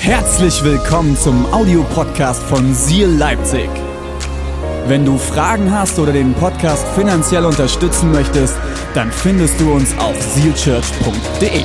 Herzlich willkommen zum Audiopodcast von Seal Leipzig. Wenn du Fragen hast oder den Podcast finanziell unterstützen möchtest, dann findest du uns auf sealchurch.de.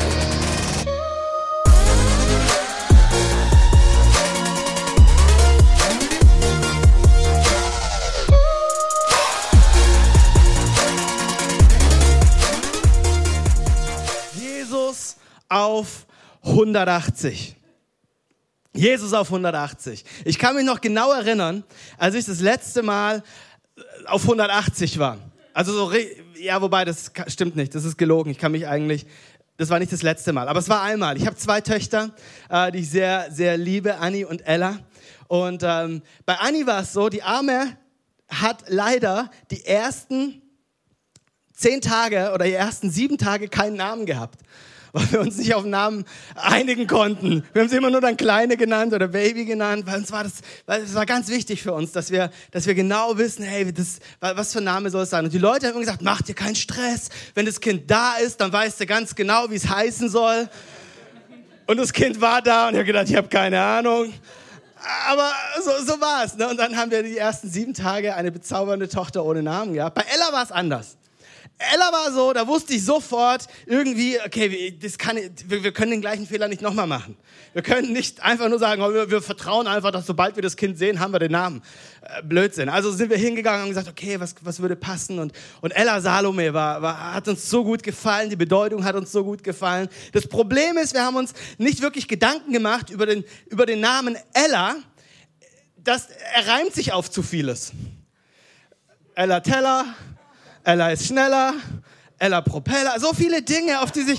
Jesus auf 180. Jesus auf 180. Ich kann mich noch genau erinnern, als ich das letzte Mal auf 180 war. Also so, ja, wobei, das stimmt nicht, das ist gelogen. Das war nicht das letzte Mal, aber es war einmal. Ich habe 2 Töchter, die ich sehr, sehr liebe, Anni und Ella. Und bei Anni war es so, die Arme hat leider die ersten 10 Tage oder die ersten 7 Tage keinen Namen gehabt, weil wir uns nicht auf den Namen einigen konnten. Wir haben sie immer nur dann Kleine genannt oder Baby genannt, weil es war ganz wichtig für uns, dass wir genau wissen, hey, was für ein Name soll es sein. Und die Leute haben immer gesagt, mach dir keinen Stress. Wenn das Kind da ist, dann weißt du ganz genau, wie es heißen soll. Und das Kind war da und ich habe gedacht, ich habe keine Ahnung. Aber so war es. Ne? Und dann haben wir die ersten 7 Tage eine bezaubernde Tochter ohne Namen gehabt. Bei Ella war es anders. Ella war so, da wusste ich sofort irgendwie, okay, wir können den gleichen Fehler nicht nochmal machen. Wir können nicht einfach nur sagen, wir vertrauen einfach, dass sobald wir das Kind sehen, haben wir den Namen. Blödsinn. Also sind wir hingegangen und gesagt, okay, was würde passen? Und Ella Salome hat uns so gut gefallen, die Bedeutung hat uns so gut gefallen. Das Problem ist, wir haben uns nicht wirklich Gedanken gemacht über den Namen Ella. Er reimt sich auf zu vieles. Ella Teller, Ella ist schneller, Ella Propeller, so viele Dinge, auf die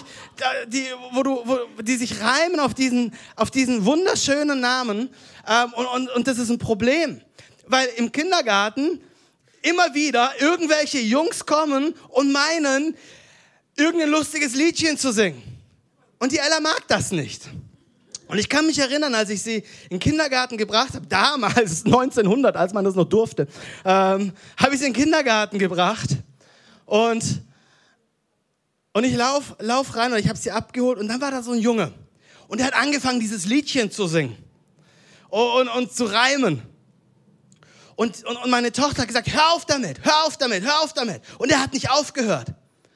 sich reimen auf diesen wunderschönen Namen. Und das ist ein Problem, weil im Kindergarten immer wieder irgendwelche Jungs kommen und meinen, irgendein lustiges Liedchen zu singen. Und die Ella mag das nicht. Und ich kann mich erinnern, als ich sie in den Kindergarten gebracht habe, damals 1900, als man das noch durfte, habe ich sie in den Kindergarten gebracht. Und ich lauf rein und ich habe sie abgeholt und dann war da so ein Junge und der hat angefangen, dieses Liedchen zu singen und zu reimen. Und meine Tochter hat gesagt, hör auf damit. Und er hat nicht aufgehört.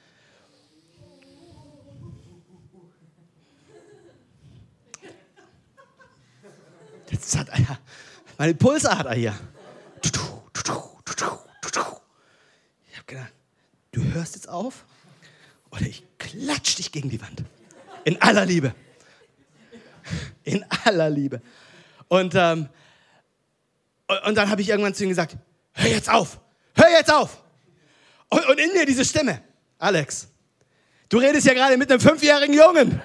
Jetzt hat er, meine Pulse hat er hier. Ich habe gedacht, du hörst jetzt auf oder ich klatsch dich gegen die Wand. In aller Liebe. In aller Liebe. Und dann habe ich irgendwann zu ihm gesagt, hör jetzt auf. Und in mir diese Stimme, Alex, du redest ja gerade mit einem 5-jährigen Jungen.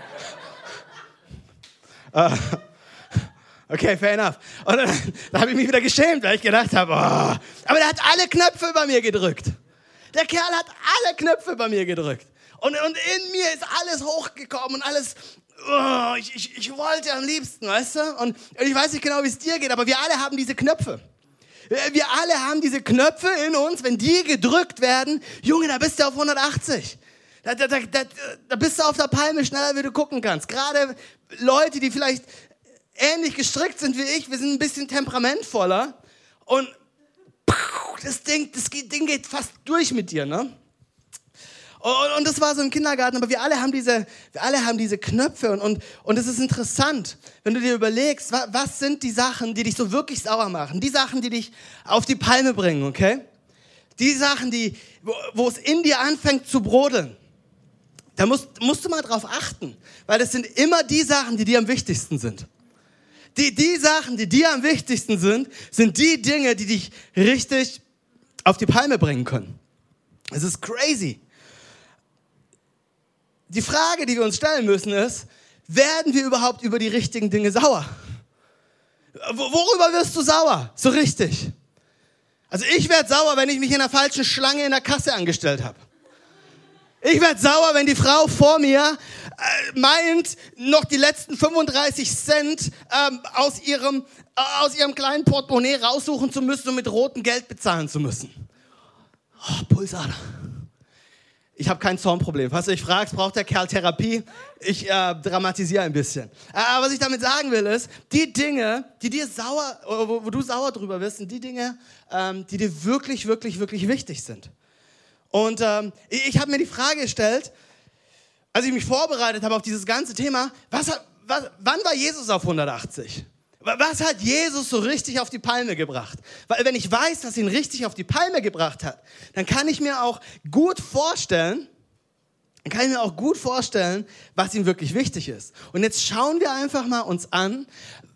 Okay, fair enough. Und dann habe ich mich wieder geschämt, weil ich gedacht habe, aber der hat alle Knöpfe bei mir gedrückt. Der Kerl hat alle Knöpfe bei mir gedrückt. Und in mir ist alles hochgekommen und alles, ich wollte am liebsten, weißt du? Und ich weiß nicht genau, wie es dir geht, aber wir alle haben diese Knöpfe. Wir alle haben diese Knöpfe in uns, wenn die gedrückt werden, Junge, da bist du auf 180. Da bist du auf der Palme schneller, wie du gucken kannst. Gerade Leute, die vielleicht ähnlich gestrickt sind wie ich, wir sind ein bisschen temperamentvoller und das Ding geht fast durch mit dir, ne? Und das war so im Kindergarten, aber wir alle haben diese Knöpfe und es ist interessant, wenn du dir überlegst, was sind die Sachen, die dich so wirklich sauer machen, die Sachen, die dich auf die Palme bringen, okay? Die Sachen, wo es in dir anfängt zu brodeln. Da musst du mal drauf achten, weil das sind immer die Sachen, die dir am wichtigsten sind. Die Sachen, die dir am wichtigsten sind die Dinge, die dich richtig auf die Palme bringen können. Es ist crazy. Die Frage, die wir uns stellen müssen, ist, werden wir überhaupt über die richtigen Dinge sauer? Worüber wirst du sauer? So richtig. Also ich werde sauer, wenn ich mich in der falschen Schlange in der Kasse angestellt habe. Ich werde sauer, wenn die Frau vor mir meint, noch die letzten 35 Cent aus ihrem kleinen Portemonnaie raussuchen zu müssen und mit rotem Geld bezahlen zu müssen. Oh, Pulsader. Ich habe kein Zornproblem. Falls du dich fragst, braucht der Kerl Therapie? Ich dramatisiere ein bisschen. Aber was ich damit sagen will, ist, die Dinge, die dir wo du sauer drüber bist, sind die Dinge, die dir wirklich, wirklich, wirklich wichtig sind. Und ich habe mir die Frage gestellt, als ich mich vorbereitet habe auf dieses ganze Thema, wann war Jesus auf 180? Was hat Jesus so richtig auf die Palme gebracht? Weil wenn ich weiß, was ihn richtig auf die Palme gebracht hat, dann kann ich mir auch gut vorstellen, was ihm wirklich wichtig ist. Und jetzt schauen wir einfach mal uns an,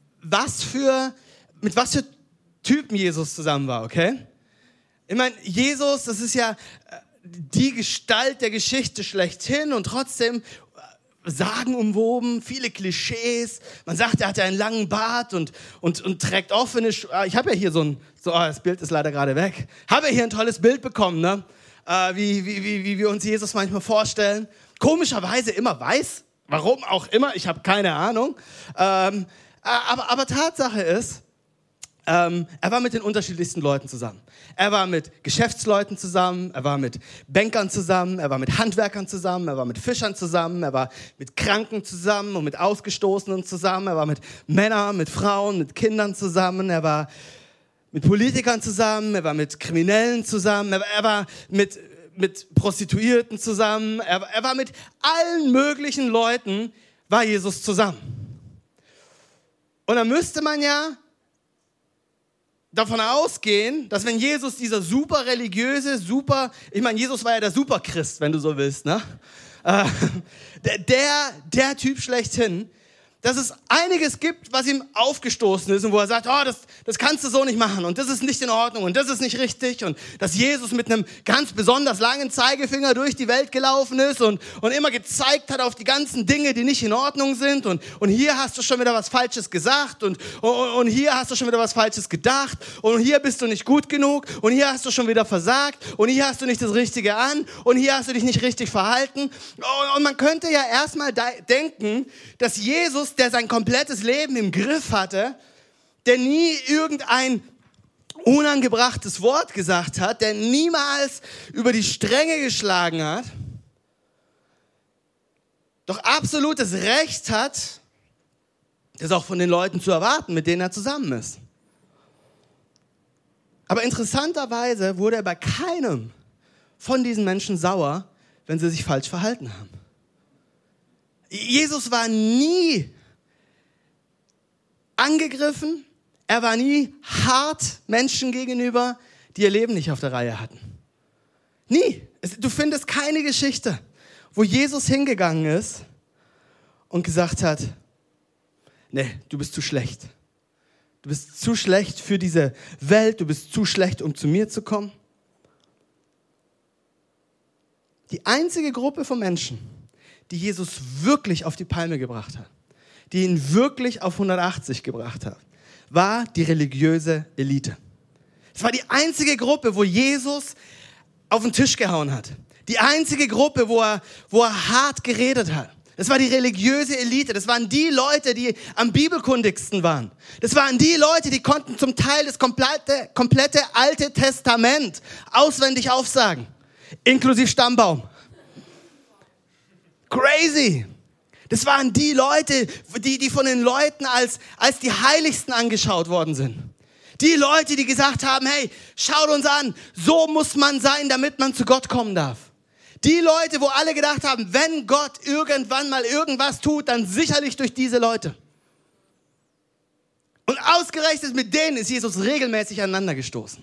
mit was für Typen Jesus zusammen war, okay? Ich meine, Jesus, das ist ja die Gestalt der Geschichte schlechthin und trotzdem sagenumwoben, viele Klischees. Man sagt, er hatte einen langen Bart und trägt offene Schuhe. Ich habe ja hier das Bild ist leider gerade weg. Habe ja hier ein tolles Bild bekommen, ne? Wie wir uns Jesus manchmal vorstellen. Komischerweise immer weiß, warum auch immer, ich habe keine Ahnung. Aber Tatsache ist, er war mit den unterschiedlichsten Leuten zusammen. Er war mit Geschäftsleuten zusammen, er war mit Bankern zusammen, er war mit Handwerkern zusammen, er war mit Fischern zusammen, er war mit Kranken zusammen und mit Ausgestoßenen zusammen, er war mit Männern, mit Frauen, mit Kindern zusammen, er war mit Politikern zusammen, er war mit Kriminellen zusammen, er war mit Prostituierten zusammen, er war mit allen möglichen Leuten, war Jesus zusammen. Und dann müsste man ja davon ausgehen, dass wenn Jesus dieser super religiöse, ich meine, Jesus war ja der Superchrist, wenn du so willst, ne? Der Typ schlechthin, dass es einiges gibt, was ihm aufgestoßen ist und wo er sagt, das kannst du so nicht machen und das ist nicht in Ordnung und das ist nicht richtig und dass Jesus mit einem ganz besonders langen Zeigefinger durch die Welt gelaufen ist und immer gezeigt hat auf die ganzen Dinge, die nicht in Ordnung sind und hier hast du schon wieder was Falsches gesagt und hier hast du schon wieder was Falsches gedacht und hier bist du nicht gut genug und hier hast du schon wieder versagt und hier hast du nicht das Richtige an und hier hast du dich nicht richtig verhalten und man könnte ja erstmal denken, dass Jesus, der sein komplettes Leben im Griff hatte, der nie irgendein unangebrachtes Wort gesagt hat, der niemals über die Stränge geschlagen hat, doch absolutes Recht hat, das auch von den Leuten zu erwarten, mit denen er zusammen ist. Aber interessanterweise wurde er bei keinem von diesen Menschen sauer, wenn sie sich falsch verhalten haben. Jesus war nie angegriffen, er war nie hart Menschen gegenüber, die ihr Leben nicht auf der Reihe hatten. Nie. Du findest keine Geschichte, wo Jesus hingegangen ist und gesagt hat, nee, du bist zu schlecht. Du bist zu schlecht für diese Welt, du bist zu schlecht, um zu mir zu kommen. Die einzige Gruppe von Menschen, die Jesus wirklich auf die Palme gebracht hat, die ihn wirklich auf 180 gebracht hat, war die religiöse Elite. Es war die einzige Gruppe, wo Jesus auf den Tisch gehauen hat. Die einzige Gruppe, wo er hart geredet hat. Das war die religiöse Elite. Das waren die Leute, die am bibelkundigsten waren. Das waren die Leute, die konnten zum Teil das komplette Alte Testament auswendig aufsagen. Inklusive Stammbaum. Crazy. Das waren die Leute, die von den Leuten als die Heiligsten angeschaut worden sind. Die Leute, die gesagt haben, hey, schaut uns an, so muss man sein, damit man zu Gott kommen darf. Die Leute, wo alle gedacht haben, wenn Gott irgendwann mal irgendwas tut, dann sicherlich durch diese Leute. Und ausgerechnet mit denen ist Jesus regelmäßig aneinander gestoßen.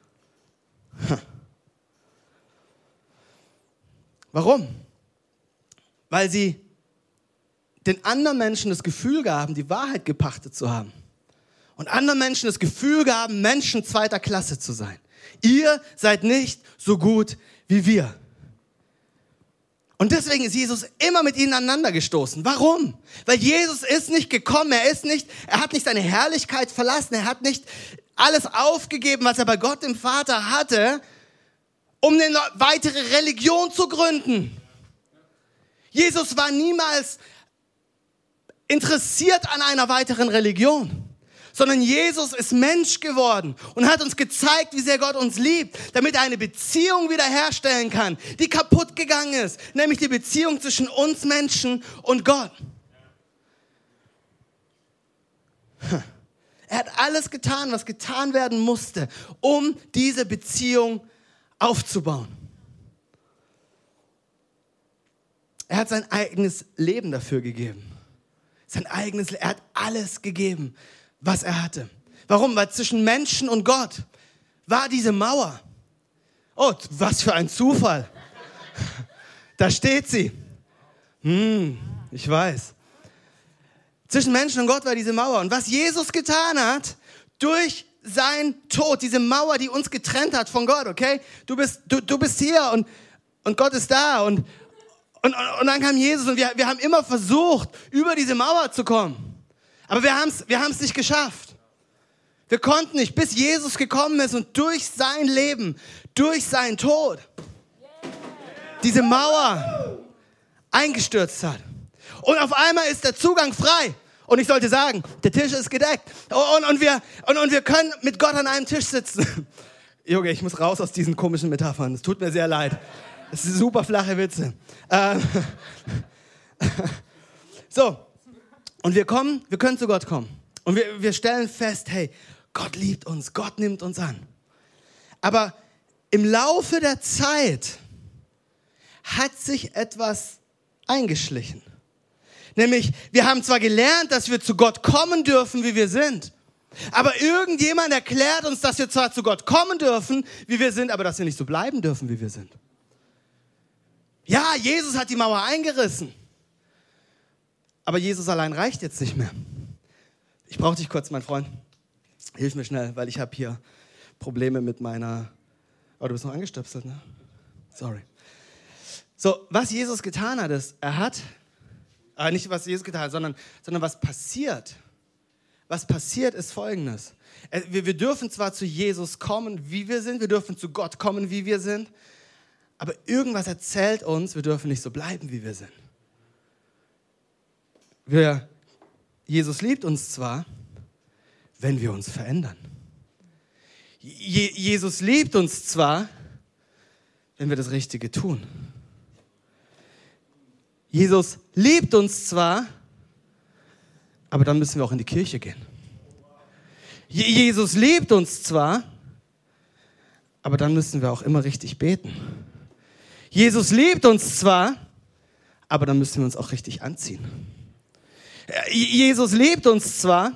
Warum? Weil sie den anderen Menschen das Gefühl gaben, die Wahrheit gepachtet zu haben. Und anderen Menschen das Gefühl gaben, Menschen zweiter Klasse zu sein. Ihr seid nicht so gut wie wir. Und deswegen ist Jesus immer mit ihnen aneinander gestoßen. Warum? Weil Jesus ist nicht gekommen, er hat nicht seine Herrlichkeit verlassen, er hat nicht alles aufgegeben, was er bei Gott dem Vater hatte, um eine weitere Religion zu gründen. Jesus war niemals interessiert an einer weiteren Religion, sondern Jesus ist Mensch geworden und hat uns gezeigt, wie sehr Gott uns liebt, damit er eine Beziehung wiederherstellen kann, die kaputt gegangen ist, nämlich die Beziehung zwischen uns Menschen und Gott. Er hat alles getan, was getan werden musste, um diese Beziehung aufzubauen. Er hat sein eigenes Leben dafür gegeben. Er hat alles gegeben, was er hatte. Warum? Weil zwischen Menschen und Gott war diese Mauer. Oh, was für ein Zufall. Da steht sie. Ich weiß. Zwischen Menschen und Gott war diese Mauer. Und was Jesus getan hat, durch sein Tod, diese Mauer, die uns getrennt hat von Gott, okay? Du bist hier und Gott ist da und dann kam Jesus und wir haben immer versucht, über diese Mauer zu kommen. Aber wir haben es nicht geschafft. Wir konnten nicht, bis Jesus gekommen ist und durch sein Leben, durch seinen Tod, diese Mauer eingestürzt hat. Und auf einmal ist der Zugang frei. Und ich sollte sagen, der Tisch ist gedeckt. Und wir können mit Gott an einem Tisch sitzen. Junge, ich muss raus aus diesen komischen Metaphern. Es tut mir sehr leid. Das sind super flache Witze. So. Und wir können zu Gott kommen. Und wir stellen fest, hey, Gott liebt uns. Gott nimmt uns an. Aber im Laufe der Zeit hat sich etwas eingeschlichen. Nämlich, wir haben zwar gelernt, dass wir zu Gott kommen dürfen, wie wir sind, aber irgendjemand erklärt uns, dass wir zwar zu Gott kommen dürfen, wie wir sind, aber dass wir nicht so bleiben dürfen, wie wir sind. Ja, Jesus hat die Mauer eingerissen, aber Jesus allein reicht jetzt nicht mehr. Ich brauche dich kurz, mein Freund. Hilf mir schnell, weil ich habe hier Probleme mit meiner... Oh, du bist noch angestöpselt, ne? Sorry. So, was Jesus getan hat, ist, nicht was Jesus getan hat, sondern was passiert. Was passiert ist Folgendes. Wir dürfen zwar zu Jesus kommen, wie wir sind, wir dürfen zu Gott kommen, wie wir sind, aber irgendwas erzählt uns, wir dürfen nicht so bleiben, wie wir sind. Jesus liebt uns zwar, wenn wir uns verändern. Jesus liebt uns zwar, wenn wir das Richtige tun. Jesus liebt uns zwar, aber dann müssen wir auch in die Kirche gehen. Jesus liebt uns zwar, aber dann müssen wir auch immer richtig beten. Jesus liebt uns zwar, aber dann müssen wir uns auch richtig anziehen. Jesus liebt uns zwar,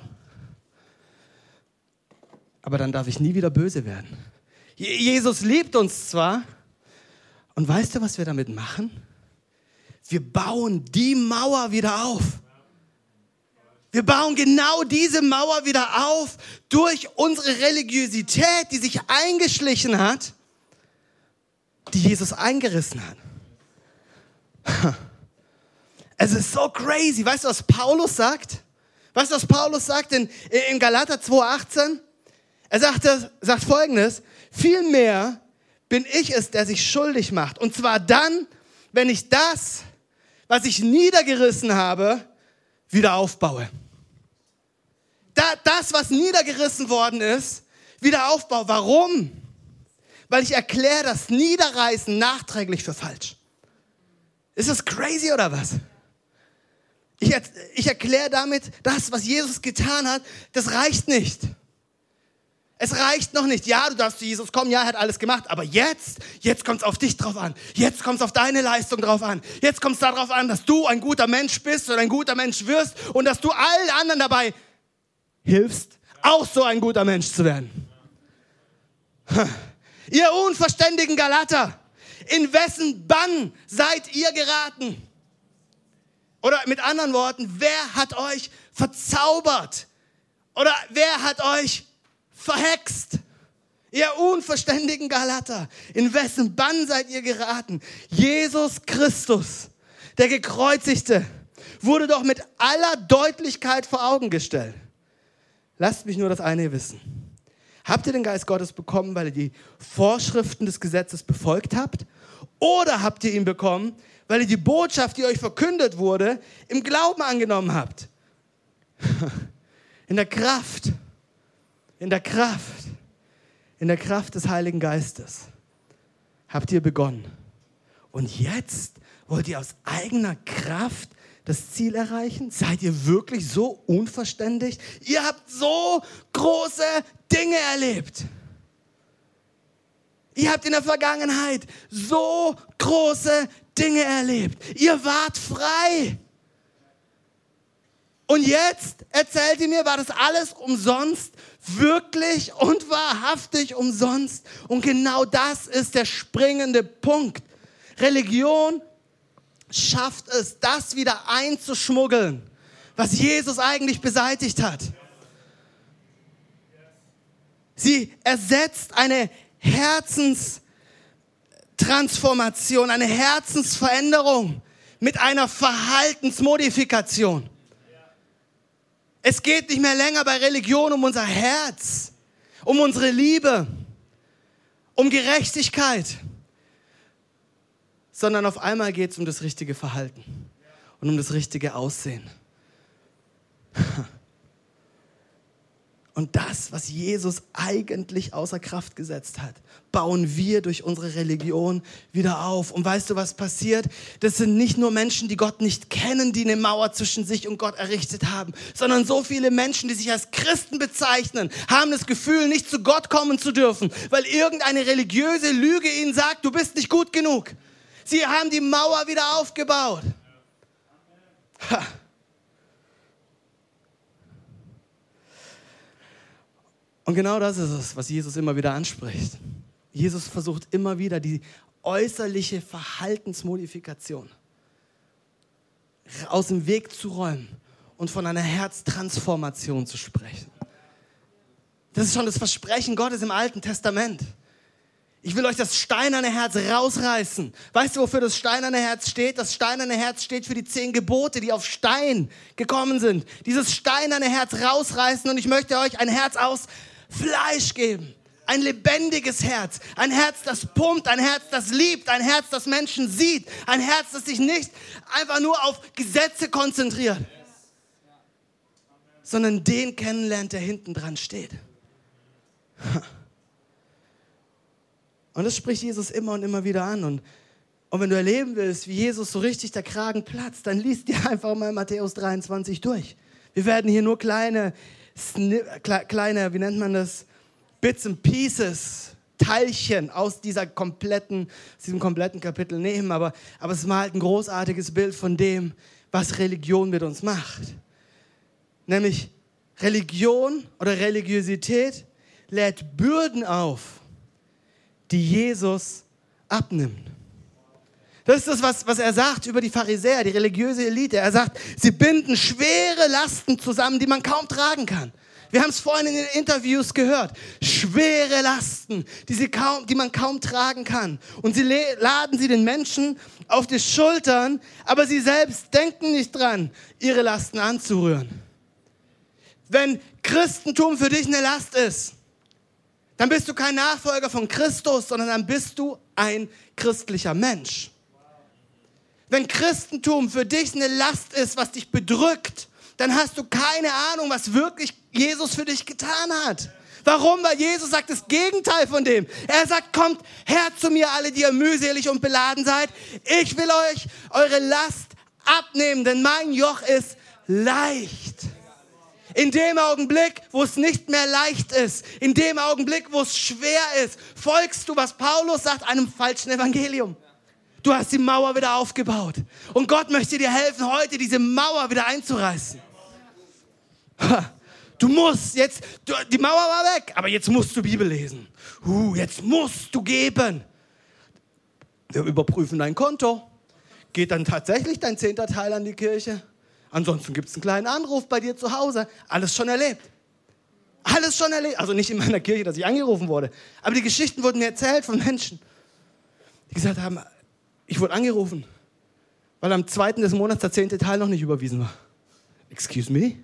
aber dann darf ich nie wieder böse werden. Jesus liebt uns zwar, und weißt du, was wir damit machen? Wir bauen die Mauer wieder auf. Wir bauen genau diese Mauer wieder auf durch unsere Religiosität, die sich eingeschlichen hat, die Jesus eingerissen hat. Es ist so crazy. Weißt du, was Paulus sagt? Weißt du, was Paulus sagt in Galater 2,18? Er sagt Folgendes: Vielmehr bin ich es, der sich schuldig macht. Und zwar dann, wenn ich das, was ich niedergerissen habe, wieder aufbaue. Das, was niedergerissen worden ist, wieder aufbaue. Warum? Weil ich erkläre das Niederreißen nachträglich für falsch. Ist das crazy oder was? Ich erkläre damit, das, was Jesus getan hat, das reicht nicht. Es reicht noch nicht. Ja, du darfst zu Jesus kommen, ja, er hat alles gemacht, aber jetzt kommt es auf dich drauf an. Jetzt kommt es auf deine Leistung drauf an. Jetzt kommt es darauf an, dass du ein guter Mensch bist oder ein guter Mensch wirst und dass du allen anderen dabei hilfst, auch so ein guter Mensch zu werden. Ihr unverständigen Galater, in wessen Bann seid ihr geraten? Oder mit anderen Worten, wer hat euch verzaubert? Oder wer hat euch verhext? Ihr unverständigen Galater, in wessen Bann seid ihr geraten? Jesus Christus, der Gekreuzigte, wurde doch mit aller Deutlichkeit vor Augen gestellt. Lasst mich nur das eine wissen. Habt ihr den Geist Gottes bekommen, weil ihr die Vorschriften des Gesetzes befolgt habt? Oder habt ihr ihn bekommen, weil ihr die Botschaft, die euch verkündet wurde, im Glauben angenommen habt? In der Kraft in der Kraft des Heiligen Geistes habt ihr begonnen. Und jetzt wollt ihr aus eigener Kraft das Ziel erreichen? Seid ihr wirklich so unverständig? Ihr habt so große Dinge erlebt. Ihr habt in der Vergangenheit so große Dinge erlebt. Ihr wart frei. Und jetzt erzählt ihr mir, war das alles umsonst? Wirklich und wahrhaftig umsonst? Und genau das ist der springende Punkt. Religion schafft es, das wieder einzuschmuggeln, was Jesus eigentlich beseitigt hat. Sie ersetzt eine Herzenstransformation, eine Herzensveränderung mit einer Verhaltensmodifikation. Es geht nicht mehr länger bei Religion um unser Herz, um unsere Liebe, um Gerechtigkeit, sondern auf einmal geht es um das richtige Verhalten und um das richtige Aussehen. Und das, was Jesus eigentlich außer Kraft gesetzt hat, bauen wir durch unsere Religion wieder auf. Und weißt du, was passiert? Das sind nicht nur Menschen, die Gott nicht kennen, die eine Mauer zwischen sich und Gott errichtet haben, sondern so viele Menschen, die sich als Christen bezeichnen, haben das Gefühl, nicht zu Gott kommen zu dürfen, weil irgendeine religiöse Lüge ihnen sagt, du bist nicht gut genug. Sie haben die Mauer wieder aufgebaut. Ha. Und genau das ist es, was Jesus immer wieder anspricht. Jesus versucht immer wieder die äußerliche Verhaltensmodifikation aus dem Weg zu räumen und von einer Herztransformation zu sprechen. Das ist schon das Versprechen Gottes im Alten Testament. Ich will euch das steinerne Herz rausreißen. Weißt du, wofür das steinerne Herz steht? Das steinerne Herz steht für die 10 Gebote, die auf Stein gekommen sind. Dieses steinerne Herz rausreißen und ich möchte euch ein Herz aus Fleisch geben. Ein lebendiges Herz. Ein Herz, das pumpt. Ein Herz, das liebt. Ein Herz, das Menschen sieht. Ein Herz, das sich nicht einfach nur auf Gesetze konzentriert, sondern den kennenlernt, der hinten dran steht. Und das spricht Jesus immer und immer wieder an. Und wenn du erleben willst, wie Jesus so richtig der Kragen platzt, dann liest dir einfach mal Matthäus 23 durch. Wir werden hier nur kleine, wie nennt man das, Bits and Pieces, Teilchen aus diesem kompletten Kapitel nehmen. Aber es malt ein großartiges Bild von dem, was Religion mit uns macht. Nämlich Religion oder Religiosität lädt Bürden auf, die Jesus abnimmt. Das ist das, was er sagt über die Pharisäer, die religiöse Elite. Er sagt, sie binden schwere Lasten zusammen, die man kaum tragen kann. Wir haben es vorhin in den Interviews gehört. Schwere Lasten, die man kaum tragen kann. Und sie laden sie den Menschen auf die Schultern, aber sie selbst denken nicht dran, ihre Lasten anzurühren. Wenn Christentum für dich eine Last ist, dann bist du kein Nachfolger von Christus, sondern dann bist du ein christlicher Mensch. Wenn Christentum für dich eine Last ist, was dich bedrückt, dann hast du keine Ahnung, was wirklich Jesus für dich getan hat. Warum? Weil Jesus sagt das Gegenteil von dem. Er sagt, kommt her zu mir, alle, die ihr mühselig und beladen seid. Ich will euch eure Last abnehmen, denn mein Joch ist leicht. In dem Augenblick, wo es nicht mehr leicht ist, in dem Augenblick, wo es schwer ist, folgst du, was Paulus sagt, einem falschen Evangelium. Du hast die Mauer wieder aufgebaut. Und Gott möchte dir helfen, heute diese Mauer wieder einzureißen. Du musst jetzt, die Mauer war weg, aber jetzt musst du Bibel lesen. Jetzt musst du geben. Wir überprüfen dein Konto. Geht dann tatsächlich dein 10. Teil an die Kirche? Ansonsten gibt es einen kleinen Anruf bei dir zu Hause. Alles schon erlebt. Alles schon erlebt. Also nicht in meiner Kirche, dass ich angerufen wurde. Aber die Geschichten wurden mir erzählt von Menschen, die gesagt haben, ich wurde angerufen, weil am 2. des Monats der 10. Teil noch nicht überwiesen war. Excuse me?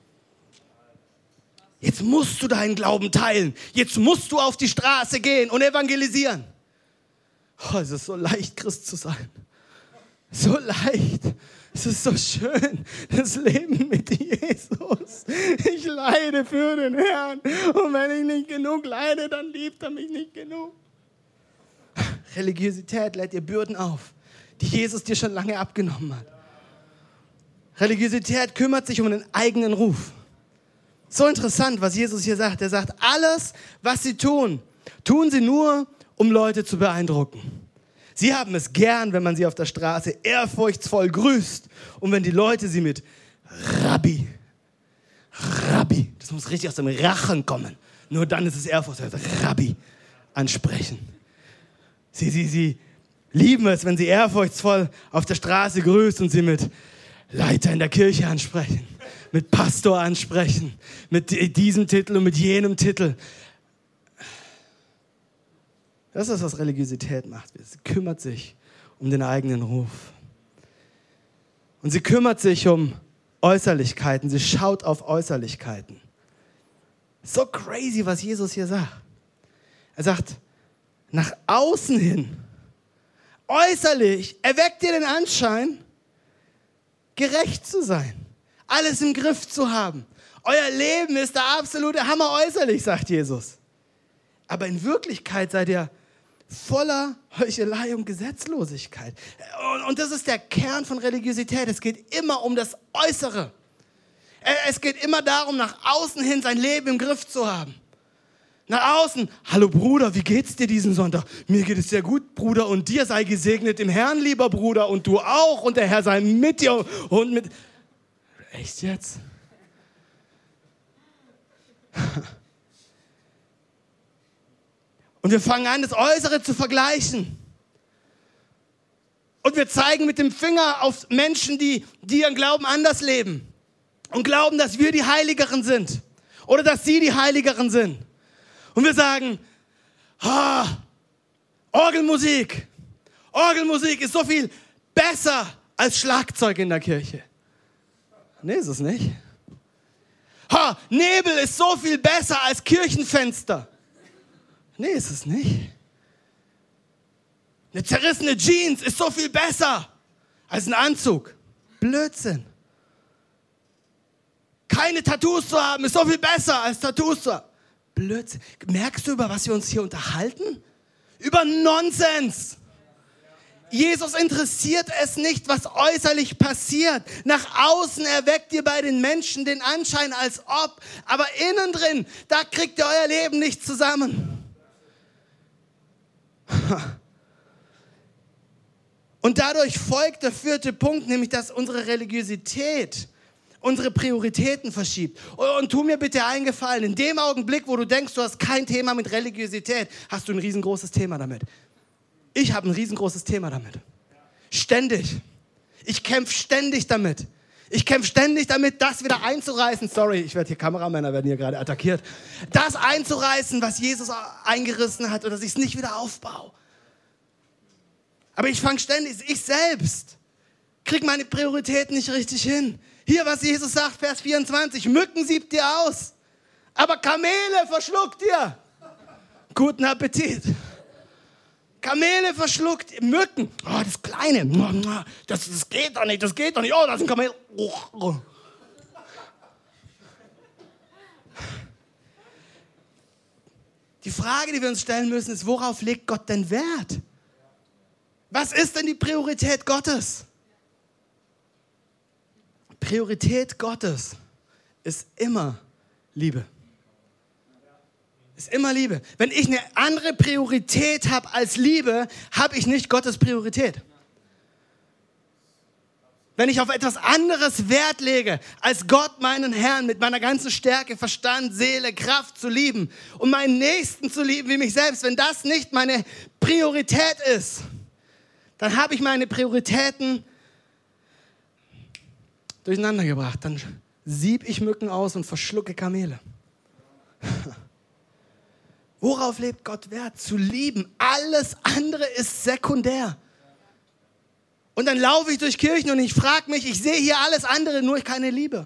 Jetzt musst du deinen Glauben teilen. Jetzt musst du auf die Straße gehen und evangelisieren. Oh, es ist so leicht, Christ zu sein. So leicht. Es ist so schön, das Leben mit Jesus. Ich leide für den Herrn. Und wenn ich nicht genug leide, dann liebt er mich nicht genug. Religiosität lädt dir Bürden auf, die Jesus dir schon lange abgenommen hat. Religiosität kümmert sich um den eigenen Ruf. So interessant, was Jesus hier sagt. Er sagt, alles, was sie tun, tun sie nur, um Leute zu beeindrucken. Sie haben es gern, wenn man sie auf der Straße ehrfurchtsvoll grüßt und wenn die Leute sie mit Rabbi, das muss richtig aus dem Rachen kommen. Nur dann ist es ehrfurchtsvoll, Rabbi ansprechen. Sie lieben es, wenn sie ehrfurchtsvoll auf der Straße grüßt und sie mit Leiter in der Kirche ansprechen, mit Pastor ansprechen, mit diesem Titel und mit jenem Titel. Das ist, was Religiosität macht. Sie kümmert sich um den eigenen Ruf. Und sie kümmert sich um Äußerlichkeiten. Sie schaut auf Äußerlichkeiten. So crazy, was Jesus hier sagt. Er sagt, nach außen hin, äußerlich, erweckt ihr den Anschein, gerecht zu sein, alles im Griff zu haben. Euer Leben ist der absolute Hammer äußerlich, sagt Jesus. Aber in Wirklichkeit seid ihr voller Heuchelei und Gesetzlosigkeit. Und das ist der Kern von Religiosität. Es geht immer um das Äußere. Es geht immer darum, nach außen hin sein Leben im Griff zu haben. Nach außen, hallo Bruder, wie geht's dir diesen Sonntag? Mir geht es sehr gut, Bruder, und dir sei gesegnet im Herrn, lieber Bruder, und du auch, und der Herr sei mit dir und mit... Echt jetzt? Und wir fangen an, das Äußere zu vergleichen. Und wir zeigen mit dem Finger auf Menschen, die ihren Glauben anders leben und glauben, dass wir die Heiligeren sind oder dass sie die Heiligeren sind. Und wir sagen, Orgelmusik ist so viel besser als Schlagzeug in der Kirche. Nee, ist es nicht. Nebel ist so viel besser als Kirchenfenster. Nee, ist es nicht. Eine zerrissene Jeans ist so viel besser als ein Anzug. Blödsinn. Keine Tattoos zu haben ist so viel besser als Tattoos zu haben. Blödsinn. Merkst du, über was wir uns hier unterhalten? Über Nonsens. Jesus interessiert es nicht, was äußerlich passiert. Nach außen erweckt ihr bei den Menschen den Anschein, als ob. Aber innen drin, da kriegt ihr euer Leben nicht zusammen. Und dadurch folgt der 4. Punkt, nämlich, dass unsere Religiosität unsere Prioritäten verschiebt. Und tu mir bitte einen Gefallen, in dem Augenblick, wo du denkst, du hast kein Thema mit Religiosität, hast du ein riesengroßes Thema damit. Ich habe ein riesengroßes Thema damit. Ständig. Ich kämpfe ständig damit. Ich kämpfe ständig damit, das wieder einzureißen. Sorry, Kameramänner werden hier gerade attackiert. Das einzureißen, was Jesus eingerissen hat, oder dass ich es nicht wieder aufbaue. Aber ich fange ständig, ich selbst kriege meine Prioritäten nicht richtig hin. Hier, was Jesus sagt, Vers 24, Mücken siebt ihr aus, aber Kamele verschluckt ihr. Guten Appetit. Kamele verschluckt Mücken. Oh, das Kleine. Das geht doch nicht, Oh, das ist ein Kamel. Oh. Die Frage, die wir uns stellen müssen, ist, worauf legt Gott denn Wert? Was ist denn die Priorität Gottes? Priorität Gottes ist immer Liebe. Ist immer Liebe. Wenn ich eine andere Priorität habe als Liebe, habe ich nicht Gottes Priorität. Wenn ich auf etwas anderes Wert lege, als Gott, meinen Herrn, mit meiner ganzen Stärke, Verstand, Seele, Kraft zu lieben und meinen Nächsten zu lieben wie mich selbst, wenn das nicht meine Priorität ist, dann habe ich meine Prioritäten durcheinander gebracht. Dann sieb ich Mücken aus und verschlucke Kamele. Worauf legt Gott Wert? Zu lieben. Alles andere ist sekundär. Und dann laufe ich durch Kirchen und ich frage mich, ich sehe hier alles andere, nur keine Liebe.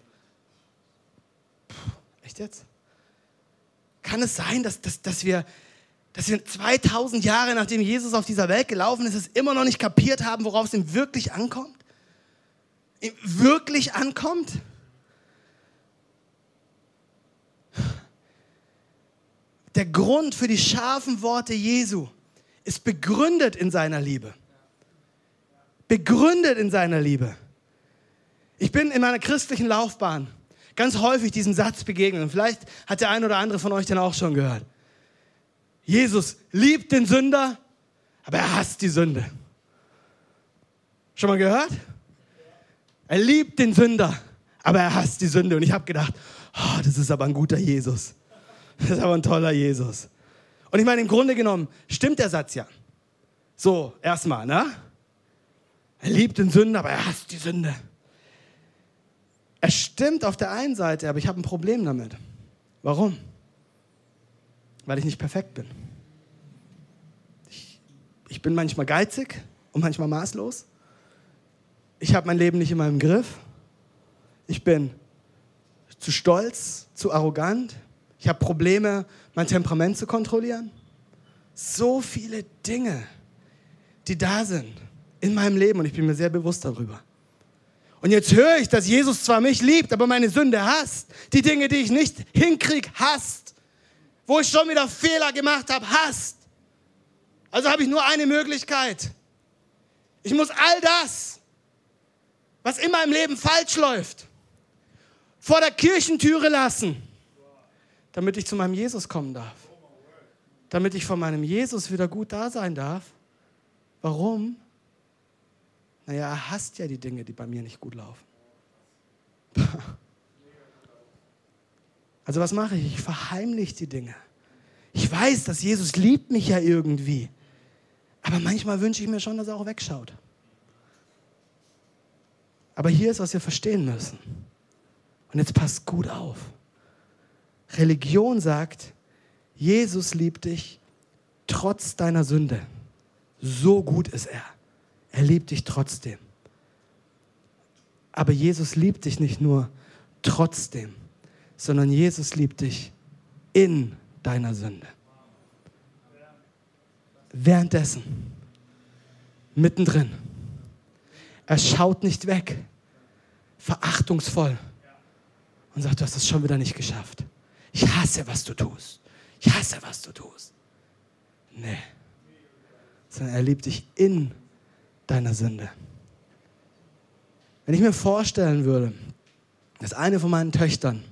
Echt jetzt? Kann es sein, dass wir 2000 Jahre, nachdem Jesus auf dieser Welt gelaufen ist, es immer noch nicht kapiert haben, worauf es ihm wirklich ankommt? Der Grund für die scharfen Worte Jesu ist begründet in seiner Liebe. Begründet in seiner Liebe. Ich bin in meiner christlichen Laufbahn ganz häufig diesem Satz begegnet. Und vielleicht hat der ein oder andere von euch den auch schon gehört. Jesus liebt den Sünder, aber er hasst die Sünde. Schon mal gehört? Er liebt den Sünder, aber er hasst die Sünde. Und ich habe gedacht, oh, das ist aber ein guter Jesus. Das ist aber ein toller Jesus. Und ich meine, im Grunde genommen stimmt der Satz ja. So, erstmal, ne? Er liebt den Sünder, aber er hasst die Sünde. Er stimmt auf der einen Seite, aber ich habe ein Problem damit. Warum? Weil ich nicht perfekt bin. Ich bin manchmal geizig und manchmal maßlos. Ich habe mein Leben nicht in meinem Griff. Ich bin zu stolz, zu arrogant. Ich habe Probleme, mein Temperament zu kontrollieren. So viele Dinge, die da sind in meinem Leben und ich bin mir sehr bewusst darüber. Und jetzt höre ich, dass Jesus zwar mich liebt, aber meine Sünde hasst. Die Dinge, die ich nicht hinkriege, hasst. Wo ich schon wieder Fehler gemacht habe, hasst. Also habe ich nur eine Möglichkeit. Ich muss all das, was in meinem Leben falsch läuft, vor der Kirchentüre lassen, damit ich zu meinem Jesus kommen darf. Damit ich vor meinem Jesus wieder gut da sein darf. Warum? Naja, er hasst ja die Dinge, die bei mir nicht gut laufen. Also was mache ich? Ich verheimliche die Dinge. Ich weiß, dass Jesus liebt mich ja irgendwie. Aber manchmal wünsche ich mir schon, dass er auch wegschaut. Aber hier ist, was wir verstehen müssen. Und jetzt passt gut auf. Religion sagt, Jesus liebt dich trotz deiner Sünde. So gut ist er. Er liebt dich trotzdem. Aber Jesus liebt dich nicht nur trotzdem, sondern Jesus liebt dich in deiner Sünde. Währenddessen, mittendrin. Er schaut nicht weg, verachtungsvoll und sagt, du hast es schon wieder nicht geschafft. Ich hasse, was du tust. Ich hasse, was du tust. Nee. Sondern er liebt dich in deiner Sünde. Wenn ich mir vorstellen würde, dass eine von meinen Töchtern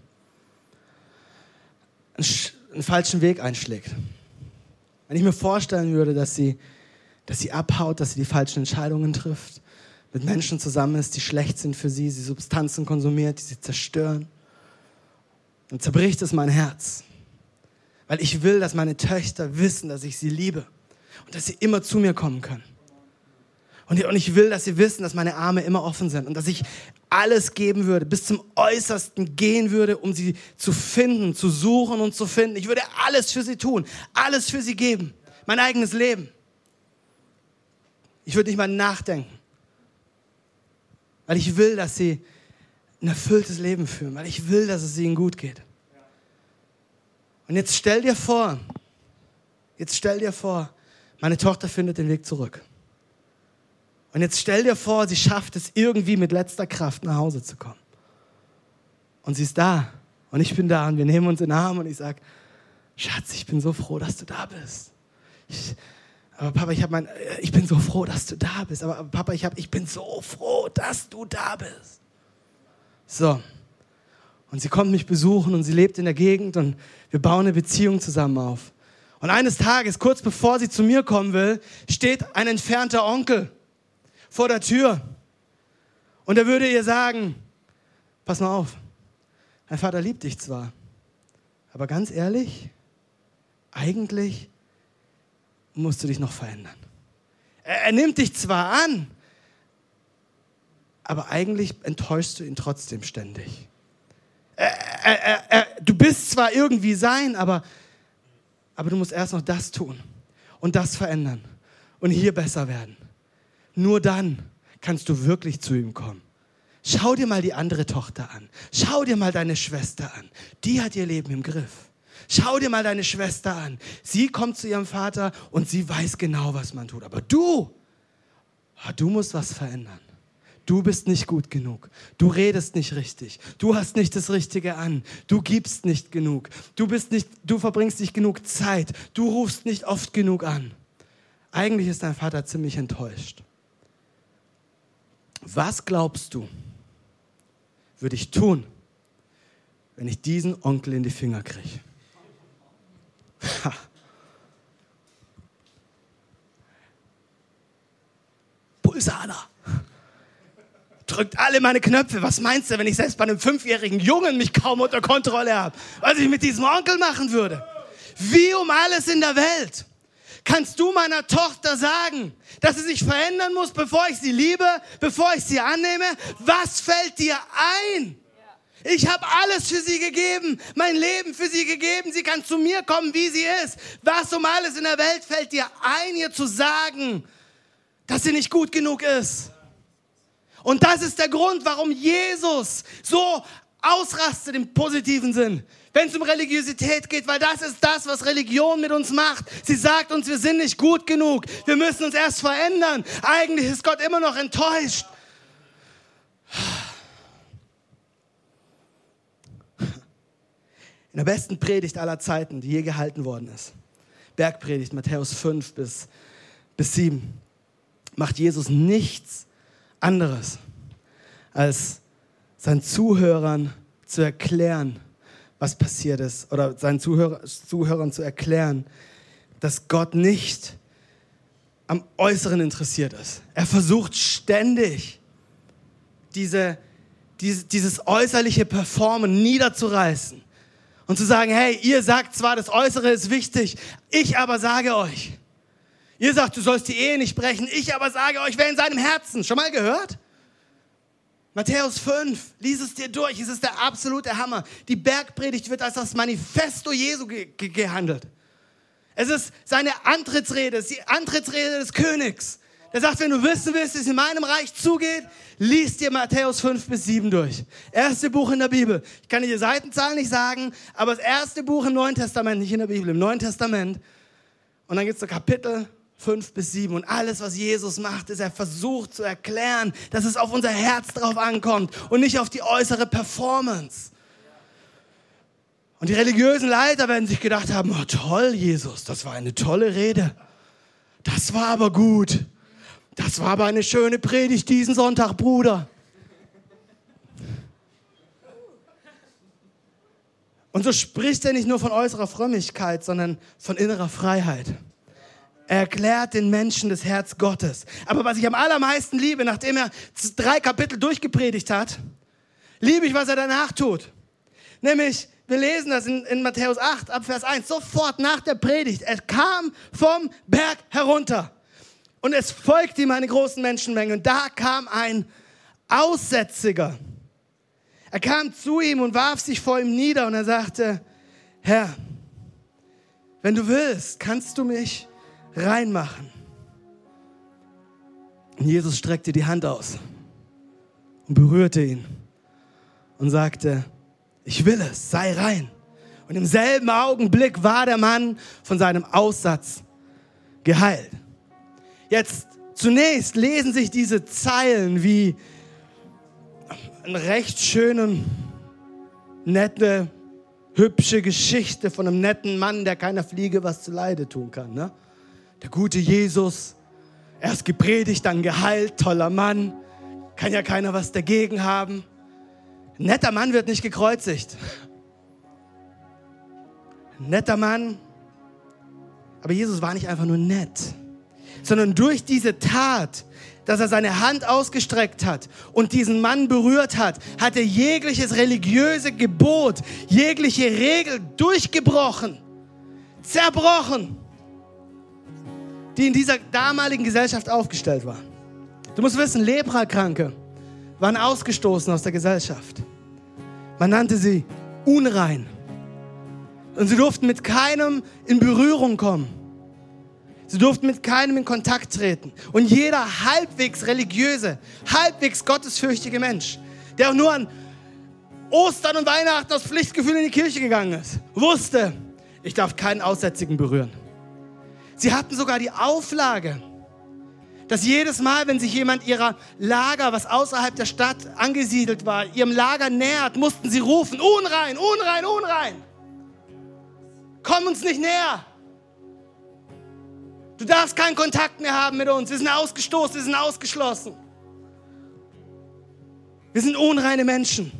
einen falschen Weg einschlägt, wenn ich mir vorstellen würde, dass sie abhaut, dass sie die falschen Entscheidungen trifft, mit Menschen zusammen ist, die schlecht sind für sie Substanzen konsumiert, die sie zerstören, dann zerbricht es mein Herz. Weil ich will, dass meine Töchter wissen, dass ich sie liebe und dass sie immer zu mir kommen können. Und ich will, dass sie wissen, dass meine Arme immer offen sind und dass ich alles geben würde, bis zum Äußersten gehen würde, um sie zu finden, zu suchen und zu finden. Ich würde alles für sie tun, alles für sie geben, mein eigenes Leben. Ich würde nicht mal nachdenken, weil ich will, dass sie ein erfülltes Leben führen, weil ich will, dass es ihnen gut geht. Und jetzt stell dir vor, meine Tochter findet den Weg zurück. Und jetzt stell dir vor, sie schafft es irgendwie mit letzter Kraft nach Hause zu kommen. Und sie ist da und ich bin da und wir nehmen uns in den Arm und ich sage, Schatz, ich bin so froh, dass du da bist. Aber Papa, ich bin so froh, dass du da bist. Aber Papa, ich bin so froh, dass du da bist. So. Und sie kommt mich besuchen und sie lebt in der Gegend und wir bauen eine Beziehung zusammen auf. Und eines Tages, kurz bevor sie zu mir kommen will, steht ein entfernter Onkel vor der Tür. Und er würde ihr sagen, pass mal auf, dein Vater liebt dich zwar, aber ganz ehrlich, eigentlich musst du dich noch verändern. Er nimmt dich zwar an, aber eigentlich enttäuschst du ihn trotzdem ständig. Du bist zwar irgendwie sein, aber du musst erst noch das tun und das verändern und hier besser werden. Nur dann kannst du wirklich zu ihm kommen. Schau dir mal die andere Tochter an. Schau dir mal deine Schwester an. Die hat ihr Leben im Griff. Schau dir mal deine Schwester an. Sie kommt zu ihrem Vater und sie weiß genau, was man tut. Aber du musst was verändern. du bist nicht gut genug, du redest nicht richtig, du hast nicht das Richtige an, du gibst nicht genug, du verbringst nicht genug Zeit, du rufst nicht oft genug an. Eigentlich ist dein Vater ziemlich enttäuscht. Was glaubst du, würde ich tun, wenn ich diesen Onkel in die Finger kriege? Pulsader. Drückt alle meine Knöpfe. Was meinst du, wenn ich selbst bei einem 5-jährigen Jungen mich kaum unter Kontrolle habe? Was ich mit diesem Onkel machen würde? Wie um alles in der Welt kannst du meiner Tochter sagen, dass sie sich verändern muss, bevor ich sie liebe, bevor ich sie annehme? Was fällt dir ein? Ich habe alles für sie gegeben, mein Leben für sie gegeben. Sie kann zu mir kommen, wie sie ist. Was um alles in der Welt fällt dir ein, ihr zu sagen, dass sie nicht gut genug ist? Und das ist der Grund, warum Jesus so ausrastet im positiven Sinn, wenn es um Religiosität geht, weil das ist das, was Religion mit uns macht. Sie sagt uns, wir sind nicht gut genug, wir müssen uns erst verändern. Eigentlich ist Gott immer noch enttäuscht. In der besten Predigt aller Zeiten, die je gehalten worden ist, Bergpredigt, Matthäus 5 bis 7, macht Jesus nichts anderes, als seinen Zuhörern zu erklären, was passiert ist, oder seinen Zuhörern zu erklären, dass Gott nicht am Äußeren interessiert ist. Er versucht ständig, dieses äußerliche Performen niederzureißen und zu sagen, hey, ihr sagt zwar, das Äußere ist wichtig, ich aber sage euch, ihr sagt, du sollst die Ehe nicht brechen, ich aber sage euch, wer in seinem Herzen, schon mal gehört? Matthäus 5, lies es dir durch, es ist der absolute Hammer. Die Bergpredigt wird als das Manifesto Jesu gehandelt. Es ist seine Antrittsrede, es ist die Antrittsrede des Königs. Der sagt, wenn du wissen willst, wie es in meinem Reich zugeht, lies dir Matthäus 5 bis 7 durch. Erste Buch in der Bibel. Ich kann dir die Seitenzahl nicht sagen, aber das erste Buch im Neuen Testament, nicht in der Bibel, im Neuen Testament. Und dann gibt es so Kapitel 5 bis 7. Und alles, was Jesus macht, ist, er versucht zu erklären, dass es auf unser Herz drauf ankommt und nicht auf die äußere Performance. Und die religiösen Leiter werden sich gedacht haben, oh toll, Jesus, das war eine tolle Rede. Das war aber gut. Das war aber eine schöne Predigt diesen Sonntag, Bruder. Und so spricht er nicht nur von äußerer Frömmigkeit, sondern von innerer Freiheit. Er erklärt den Menschen das Herz Gottes. Aber was ich am allermeisten liebe, nachdem er 3 Kapitel durchgepredigt hat, liebe ich, was er danach tut. Nämlich, wir lesen das in Matthäus 8, ab Vers 1, sofort nach der Predigt. Er kam vom Berg herunter und es folgte ihm eine große Menschenmenge. Und da kam ein Aussätziger. Er kam zu ihm und warf sich vor ihm nieder und er sagte, Herr, wenn du willst, kannst du mich reinmachen. Und Jesus streckte die Hand aus und berührte ihn und sagte, ich will es, sei rein. Und im selben Augenblick war der Mann von seinem Aussatz geheilt. Jetzt zunächst lesen sich diese Zeilen wie eine recht schöne, nette, hübsche Geschichte von einem netten Mann, der keiner Fliege was zuleide tun kann. Ne? Der gute Jesus, erst gepredigt, dann geheilt, toller Mann, kann ja keiner was dagegen haben. Ein netter Mann wird nicht gekreuzigt. Ein netter Mann, aber Jesus war nicht einfach nur nett, sondern durch diese Tat, dass er seine Hand ausgestreckt hat und diesen Mann berührt hat, hat er jegliches religiöse Gebot, jegliche Regel durchgebrochen, zerbrochen, die in dieser damaligen Gesellschaft aufgestellt war. Du musst wissen, Leprakranke waren ausgestoßen aus der Gesellschaft. Man nannte sie unrein. Und sie durften mit keinem in Berührung kommen. Sie durften mit keinem in Kontakt treten. Und jeder halbwegs religiöse, halbwegs gottesfürchtige Mensch, der auch nur an Ostern und Weihnachten aus Pflichtgefühl in die Kirche gegangen ist, wusste, ich darf keinen Aussätzigen berühren. Sie hatten sogar die Auflage, dass jedes Mal, wenn sich jemand ihrer Lager, was außerhalb der Stadt angesiedelt war, ihrem Lager nähert, mussten sie rufen, unrein, unrein, unrein. Komm uns nicht näher. Du darfst keinen Kontakt mehr haben mit uns. Wir sind ausgestoßen, wir sind ausgeschlossen. Wir sind unreine Menschen.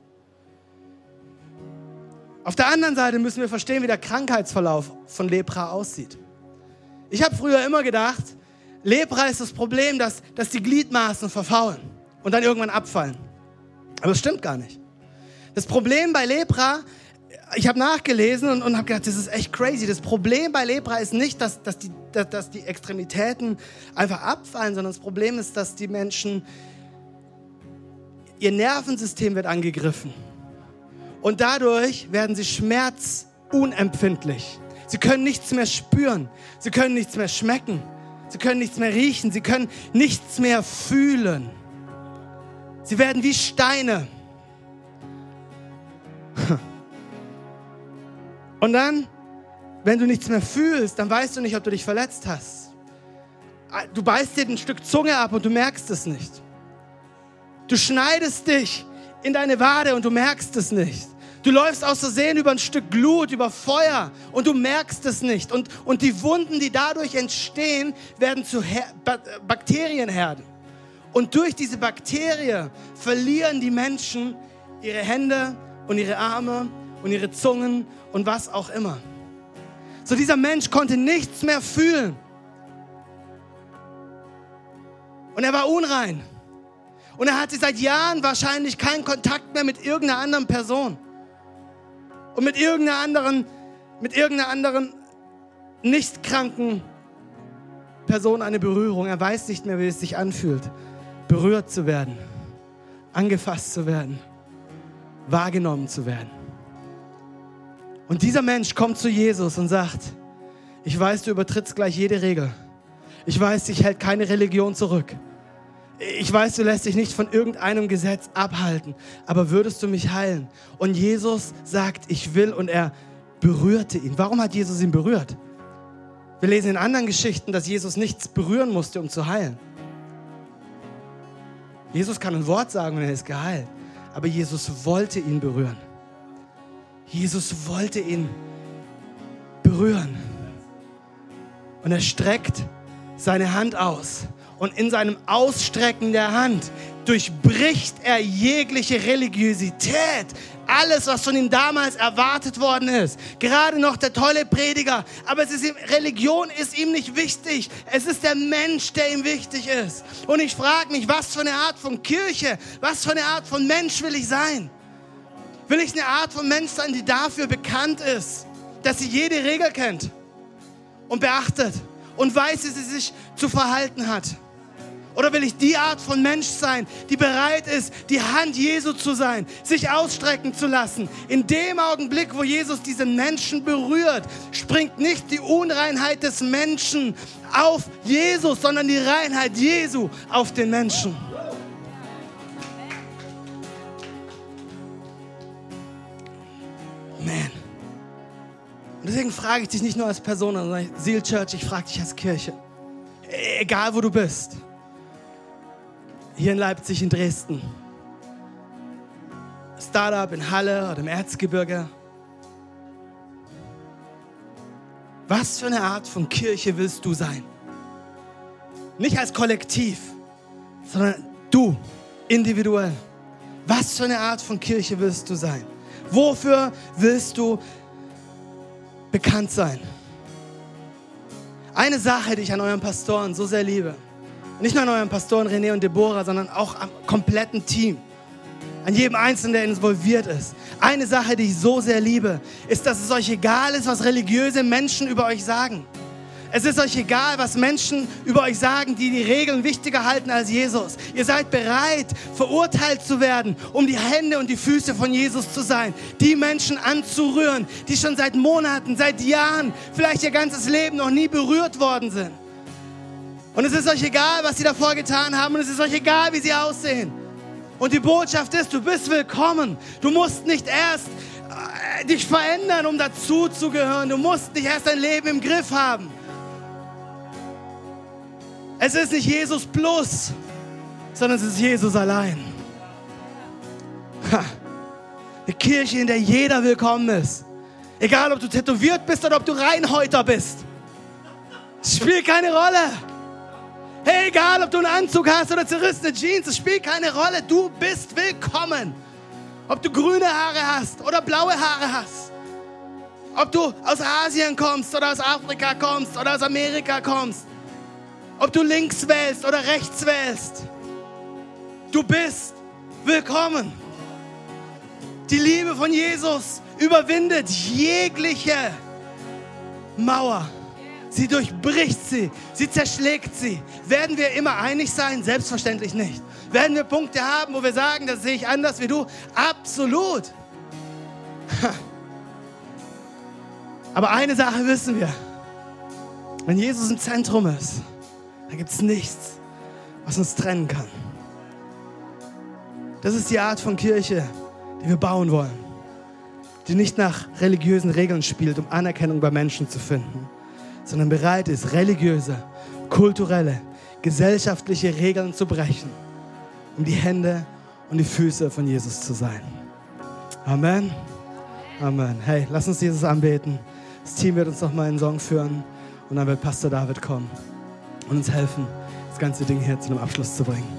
Auf der anderen Seite müssen wir verstehen, wie der Krankheitsverlauf von Lepra aussieht. Ich habe früher immer gedacht, Lepra ist das Problem, dass die Gliedmaßen verfaulen und dann irgendwann abfallen. Aber das stimmt gar nicht. Das Problem bei Lepra, ich habe nachgelesen und habe gedacht, das ist echt crazy. Das Problem bei Lepra ist nicht, dass die Extremitäten einfach abfallen, sondern das Problem ist, dass die Menschen, ihr Nervensystem wird angegriffen. Und dadurch werden sie schmerzunempfindlich. Sie können nichts mehr spüren. Sie können nichts mehr schmecken. Sie können nichts mehr riechen. Sie können nichts mehr fühlen. Sie werden wie Steine. Und dann, wenn du nichts mehr fühlst, dann weißt du nicht, ob du dich verletzt hast. Du beißt dir ein Stück Zunge ab und du merkst es nicht. Du schneidest dich in deine Wade und du merkst es nicht. Du läufst aus Versehen über ein Stück Glut, über Feuer und du merkst es nicht. Und die Wunden, die dadurch entstehen, werden zu Bakterienherden. Und durch diese Bakterie verlieren die Menschen ihre Hände und ihre Arme und ihre Zungen und was auch immer. So, dieser Mensch konnte nichts mehr fühlen. Und er war unrein. Und er hatte seit Jahren wahrscheinlich keinen Kontakt mehr mit irgendeiner anderen Person. Und mit irgendeiner anderen nicht kranken Person eine Berührung. Er weiß nicht mehr, wie es sich anfühlt, berührt zu werden, angefasst zu werden, wahrgenommen zu werden. Und dieser Mensch kommt zu Jesus und sagt, ich weiß, du übertrittst gleich jede Regel. Ich weiß, dich hält keine Religion zurück. Ich weiß, du lässt dich nicht von irgendeinem Gesetz abhalten, aber würdest du mich heilen? Und Jesus sagt, ich will, und er berührte ihn. Warum hat Jesus ihn berührt? Wir lesen in anderen Geschichten, dass Jesus nichts berühren musste, um zu heilen. Jesus kann ein Wort sagen und er ist geheilt, aber Jesus wollte ihn berühren. Jesus wollte ihn berühren. Und er streckt seine Hand aus. Und in seinem Ausstrecken der Hand durchbricht er jegliche Religiosität. Alles, was von ihm damals erwartet worden ist. Gerade noch der tolle Prediger. Aber Religion ist ihm nicht wichtig. Es ist der Mensch, der ihm wichtig ist. Und ich frage mich, was für eine Art von Kirche, was für eine Art von Mensch will ich sein? Will ich eine Art von Mensch sein, die dafür bekannt ist, dass sie jede Regel kennt und beachtet und weiß, wie sie sich zu verhalten hat? Oder will ich die Art von Mensch sein, die bereit ist, die Hand Jesu zu sein, sich ausstrecken zu lassen? In dem Augenblick, wo Jesus diesen Menschen berührt, springt nicht die Unreinheit des Menschen auf Jesus, sondern die Reinheit Jesu auf den Menschen. Man. Und deswegen frage ich dich nicht nur als Person, sondern Seal Church, ich frage dich als Kirche. Egal, wo du bist. Hier in Leipzig, in Dresden. Startup in Halle oder im Erzgebirge. Was für eine Art von Kirche willst du sein? Nicht als Kollektiv, sondern du, individuell. Was für eine Art von Kirche willst du sein? Wofür willst du bekannt sein? Eine Sache, die ich an euren Pastoren so sehr liebe, nicht nur an euren Pastoren René und Deborah, sondern auch am kompletten Team, an jedem Einzelnen, der involviert ist. Eine Sache, die ich so sehr liebe, ist, dass es euch egal ist, was religiöse Menschen über euch sagen. Es ist euch egal, was Menschen über euch sagen, die die Regeln wichtiger halten als Jesus. Ihr seid bereit, verurteilt zu werden, um die Hände und die Füße von Jesus zu sein. Die Menschen anzurühren, die schon seit Monaten, seit Jahren, vielleicht ihr ganzes Leben noch nie berührt worden sind. Und es ist euch egal, was sie davor getan haben, und es ist euch egal, wie sie aussehen. Und die Botschaft ist, du bist willkommen. Du musst nicht erst dich verändern, um dazu zu gehören. Du musst nicht erst dein Leben im Griff haben. Es ist nicht Jesus plus, sondern es ist Jesus allein. Eine Kirche, in der jeder willkommen ist. Egal, ob du tätowiert bist oder ob du Reinhäuter bist. Es spielt keine Rolle. Hey, egal, ob du einen Anzug hast oder zerrissene Jeans, es spielt keine Rolle. Du bist willkommen. Ob du grüne Haare hast oder blaue Haare hast. Ob du aus Asien kommst oder aus Afrika kommst oder aus Amerika kommst. Ob du links wählst oder rechts wählst. Du bist willkommen. Die Liebe von Jesus überwindet jegliche Mauer. Sie durchbricht sie. Sie zerschlägt sie. Werden wir immer einig sein? Selbstverständlich nicht. Werden wir Punkte haben, wo wir sagen, das sehe ich anders wie du? Absolut. Aber eine Sache wissen wir. Wenn Jesus im Zentrum ist, dann gibt es nichts, was uns trennen kann. Das ist die Art von Kirche, die wir bauen wollen. Die nicht nach religiösen Regeln spielt, um Anerkennung bei Menschen zu finden, sondern bereit ist, religiöse, kulturelle, gesellschaftliche Regeln zu brechen, um die Hände und die Füße von Jesus zu sein. Amen. Amen. Hey, lass uns Jesus anbeten. Das Team wird uns noch mal einen Song führen und dann wird Pastor David kommen und uns helfen, das ganze Ding hier zu einem Abschluss zu bringen.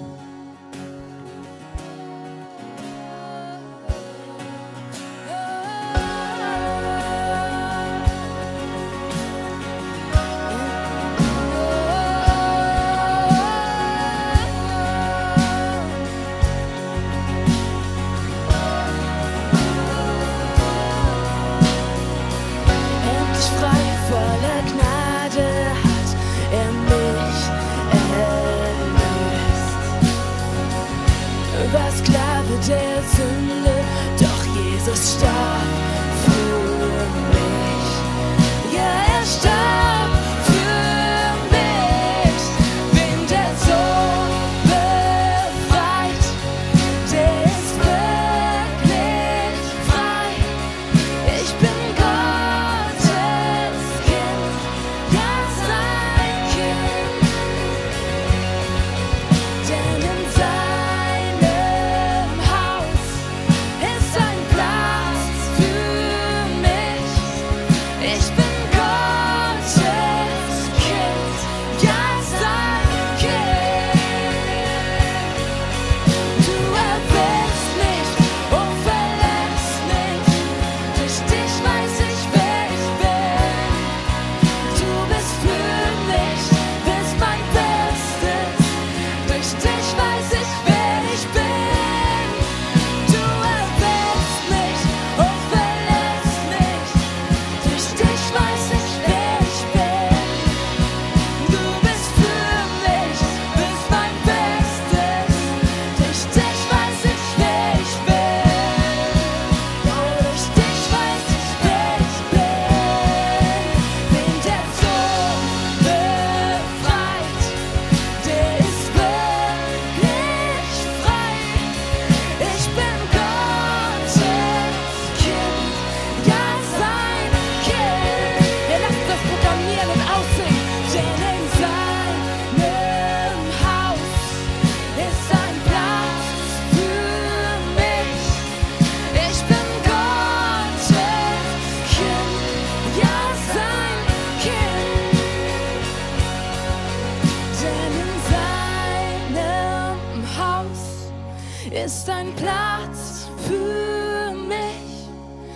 ist ein Platz für mich.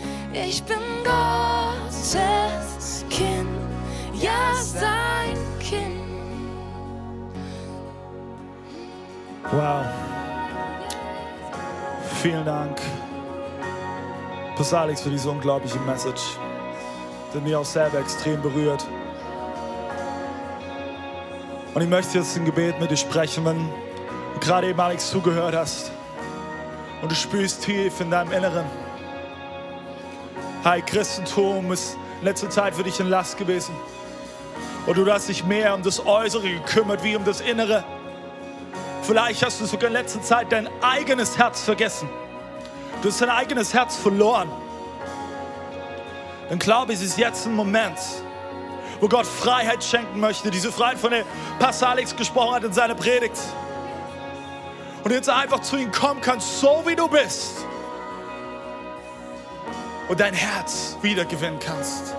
Ich bin Gottes Kind, ja, sein Kind. Wow. Vielen Dank, Pastor Alex, für diese unglaubliche Message, die mich auch selber extrem berührt. Und ich möchte jetzt ein Gebet mit dir sprechen, wenn du gerade eben Alex zugehört hast und du spürst tief in deinem Inneren: Hey, Christentum ist in letzter Zeit für dich eine Last gewesen. Und du hast dich mehr um das Äußere gekümmert wie um das Innere. Vielleicht hast du sogar in letzter Zeit dein eigenes Herz vergessen. Du hast dein eigenes Herz verloren. Dann glaube ich, es ist jetzt ein Moment, wo Gott Freiheit schenken möchte. Diese Freiheit, von der Pastor Alex gesprochen hat in seiner Predigt. Und jetzt einfach zu ihm kommen kannst, so wie du bist. Und dein Herz wiedergewinnen kannst.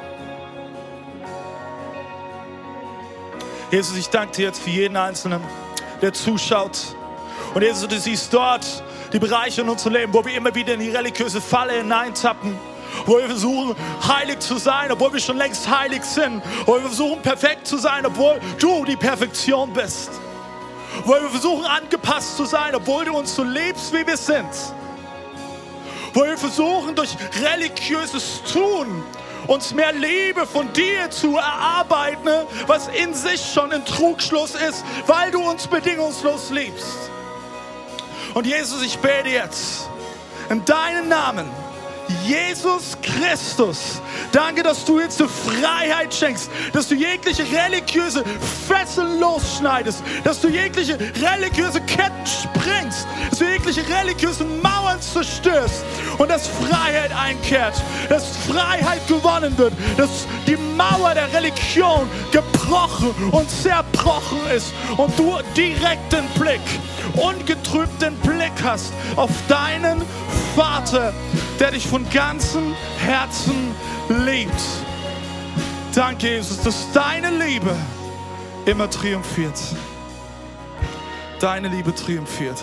Jesus, ich danke dir jetzt für jeden Einzelnen, der zuschaut. Und Jesus, du siehst dort die Bereiche in unserem Leben, wo wir immer wieder in die religiöse Falle hineintappen. Wo wir versuchen, heilig zu sein, obwohl wir schon längst heilig sind. Wo wir versuchen, perfekt zu sein, obwohl du die Perfektion bist. Wo wir versuchen, angepasst zu sein, obwohl du uns so liebst, wie wir sind. Wo wir versuchen, durch religiöses Tun uns mehr Liebe von dir zu erarbeiten, was in sich schon ein Trugschluss ist, weil du uns bedingungslos liebst. Und Jesus, ich bete jetzt in deinen Namen, Jesus Christus, danke, dass du jetzt eine Freiheit schenkst, dass du jegliche religiöse Fesseln losschneidest, dass du jegliche religiöse Ketten sprengst, dass du jegliche religiöse Mauern zerstörst und dass Freiheit einkehrt, dass Freiheit gewonnen wird, dass die Mauer der Religion gebrochen und zerbrochen ist und du direkten Blick, ungetrübten Blick hast auf deinen Vater, der dich von ganzem Herzen liebt. Danke, Jesus, dass deine Liebe immer triumphiert. Deine Liebe triumphiert.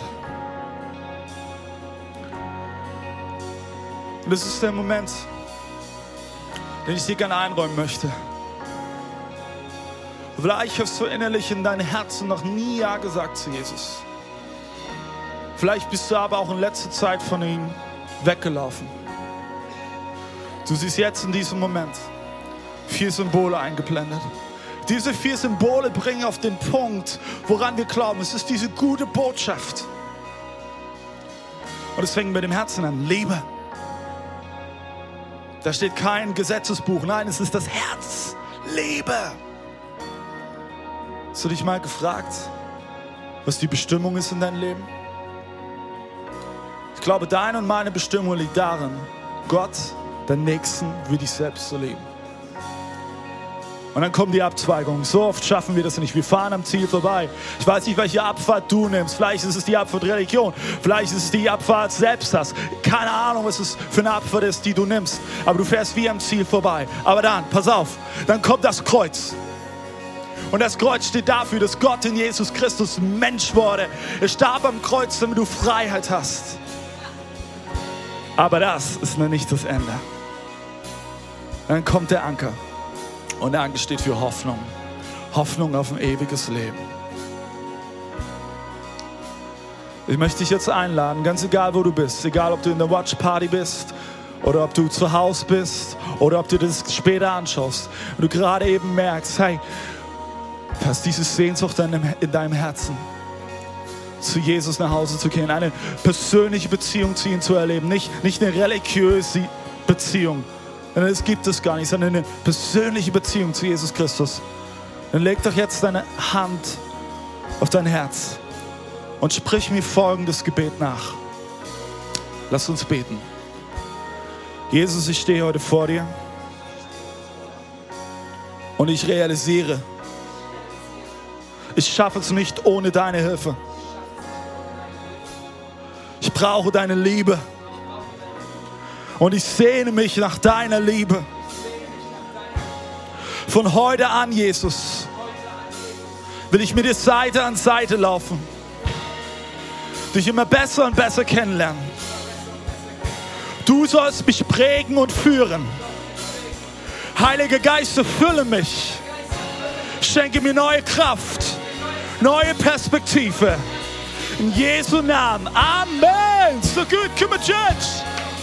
Und das ist der Moment, den ich dir gerne einräumen möchte. Vielleicht hast du innerlich in deinem Herzen noch nie Ja gesagt zu Jesus. Vielleicht bist du aber auch in letzter Zeit von ihm weggelaufen. Du siehst jetzt in diesem Moment 4 Symbole eingeblendet. Diese 4 Symbole bringen auf den Punkt, woran wir glauben. Es ist diese gute Botschaft. Und es fängt mit dem Herzen an. Liebe. Da steht kein Gesetzesbuch. Nein, es ist das Herz. Liebe. Hast du dich mal gefragt, was die Bestimmung ist in deinem Leben? Ich glaube, deine und meine Bestimmung liegt darin, Gott, den Nächsten, wie dich selbst zu lieben. Und dann kommen die Abzweigungen. So oft schaffen wir das nicht. Wir fahren am Ziel vorbei. Ich weiß nicht, welche Abfahrt du nimmst. Vielleicht ist es die Abfahrt Religion. Vielleicht ist es die Abfahrt Selbsthass. Keine Ahnung, was es für eine Abfahrt ist, die du nimmst. Aber du fährst wie am Ziel vorbei. Aber dann, pass auf, dann kommt das Kreuz. Und das Kreuz steht dafür, dass Gott in Jesus Christus Mensch wurde. Er starb am Kreuz, damit du Freiheit hast. Aber das ist noch nicht das Ende. Dann kommt der Anker. Und der Anker steht für Hoffnung. Hoffnung auf ein ewiges Leben. Ich möchte dich jetzt einladen, ganz egal wo du bist. Egal ob du in der Watch Party bist oder ob du zu Hause bist oder ob du das später anschaust. Und du gerade eben merkst, hey, du hast diese Sehnsucht in deinem Herzen, zu Jesus nach Hause zu gehen, eine persönliche Beziehung zu ihm zu erleben, nicht eine religiöse Beziehung, denn das gibt es gar nicht, sondern eine persönliche Beziehung zu Jesus Christus. Dann leg doch jetzt deine Hand auf dein Herz und sprich mir folgendes Gebet nach. Lass uns beten. Jesus, ich stehe heute vor dir und ich realisiere, ich schaffe es nicht ohne deine Hilfe. Ich brauche deine Liebe. Und ich sehne mich nach deiner Liebe. Von heute an, Jesus, will ich mit dir Seite an Seite laufen. Dich immer besser und besser kennenlernen. Du sollst mich prägen und führen. Heiliger Geist, erfülle mich. Schenke mir neue Kraft, neue Perspektive. In Jesu Namen. Amen. So gut, come on, Church.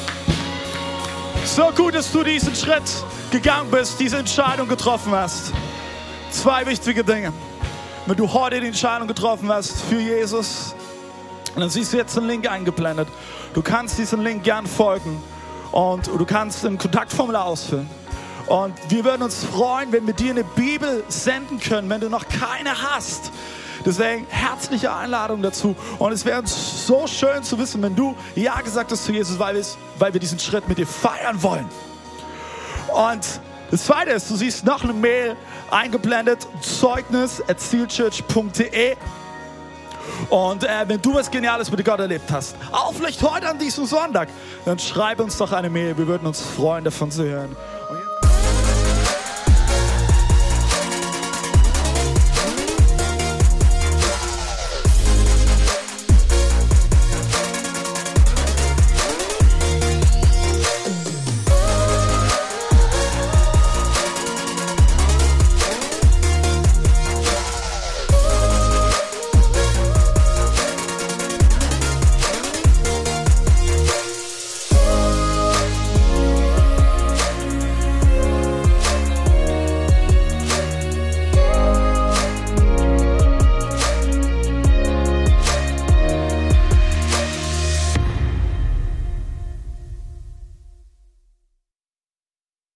So gut, dass du diesen Schritt gegangen bist, diese Entscheidung getroffen hast. 2 wichtige Dinge. Wenn du heute die Entscheidung getroffen hast für Jesus, dann siehst du jetzt einen Link eingeblendet. Du kannst diesem Link gern folgen und du kannst ein Kontaktformular ausfüllen. Und wir würden uns freuen, wenn wir dir eine Bibel senden können, wenn du noch keine hast. Deswegen herzliche Einladung dazu. Und es wäre uns so schön zu wissen, wenn du Ja gesagt hast zu Jesus, weil wir diesen Schritt mit dir feiern wollen. Und Das Zweite ist, du siehst noch eine Mail eingeblendet, zeugnis@zielchurch.de. Und wenn du was Geniales mit Gott erlebt hast, auch vielleicht heute an diesem Sonntag, dann schreib uns doch eine Mail. Wir würden uns freuen, davon zu hören.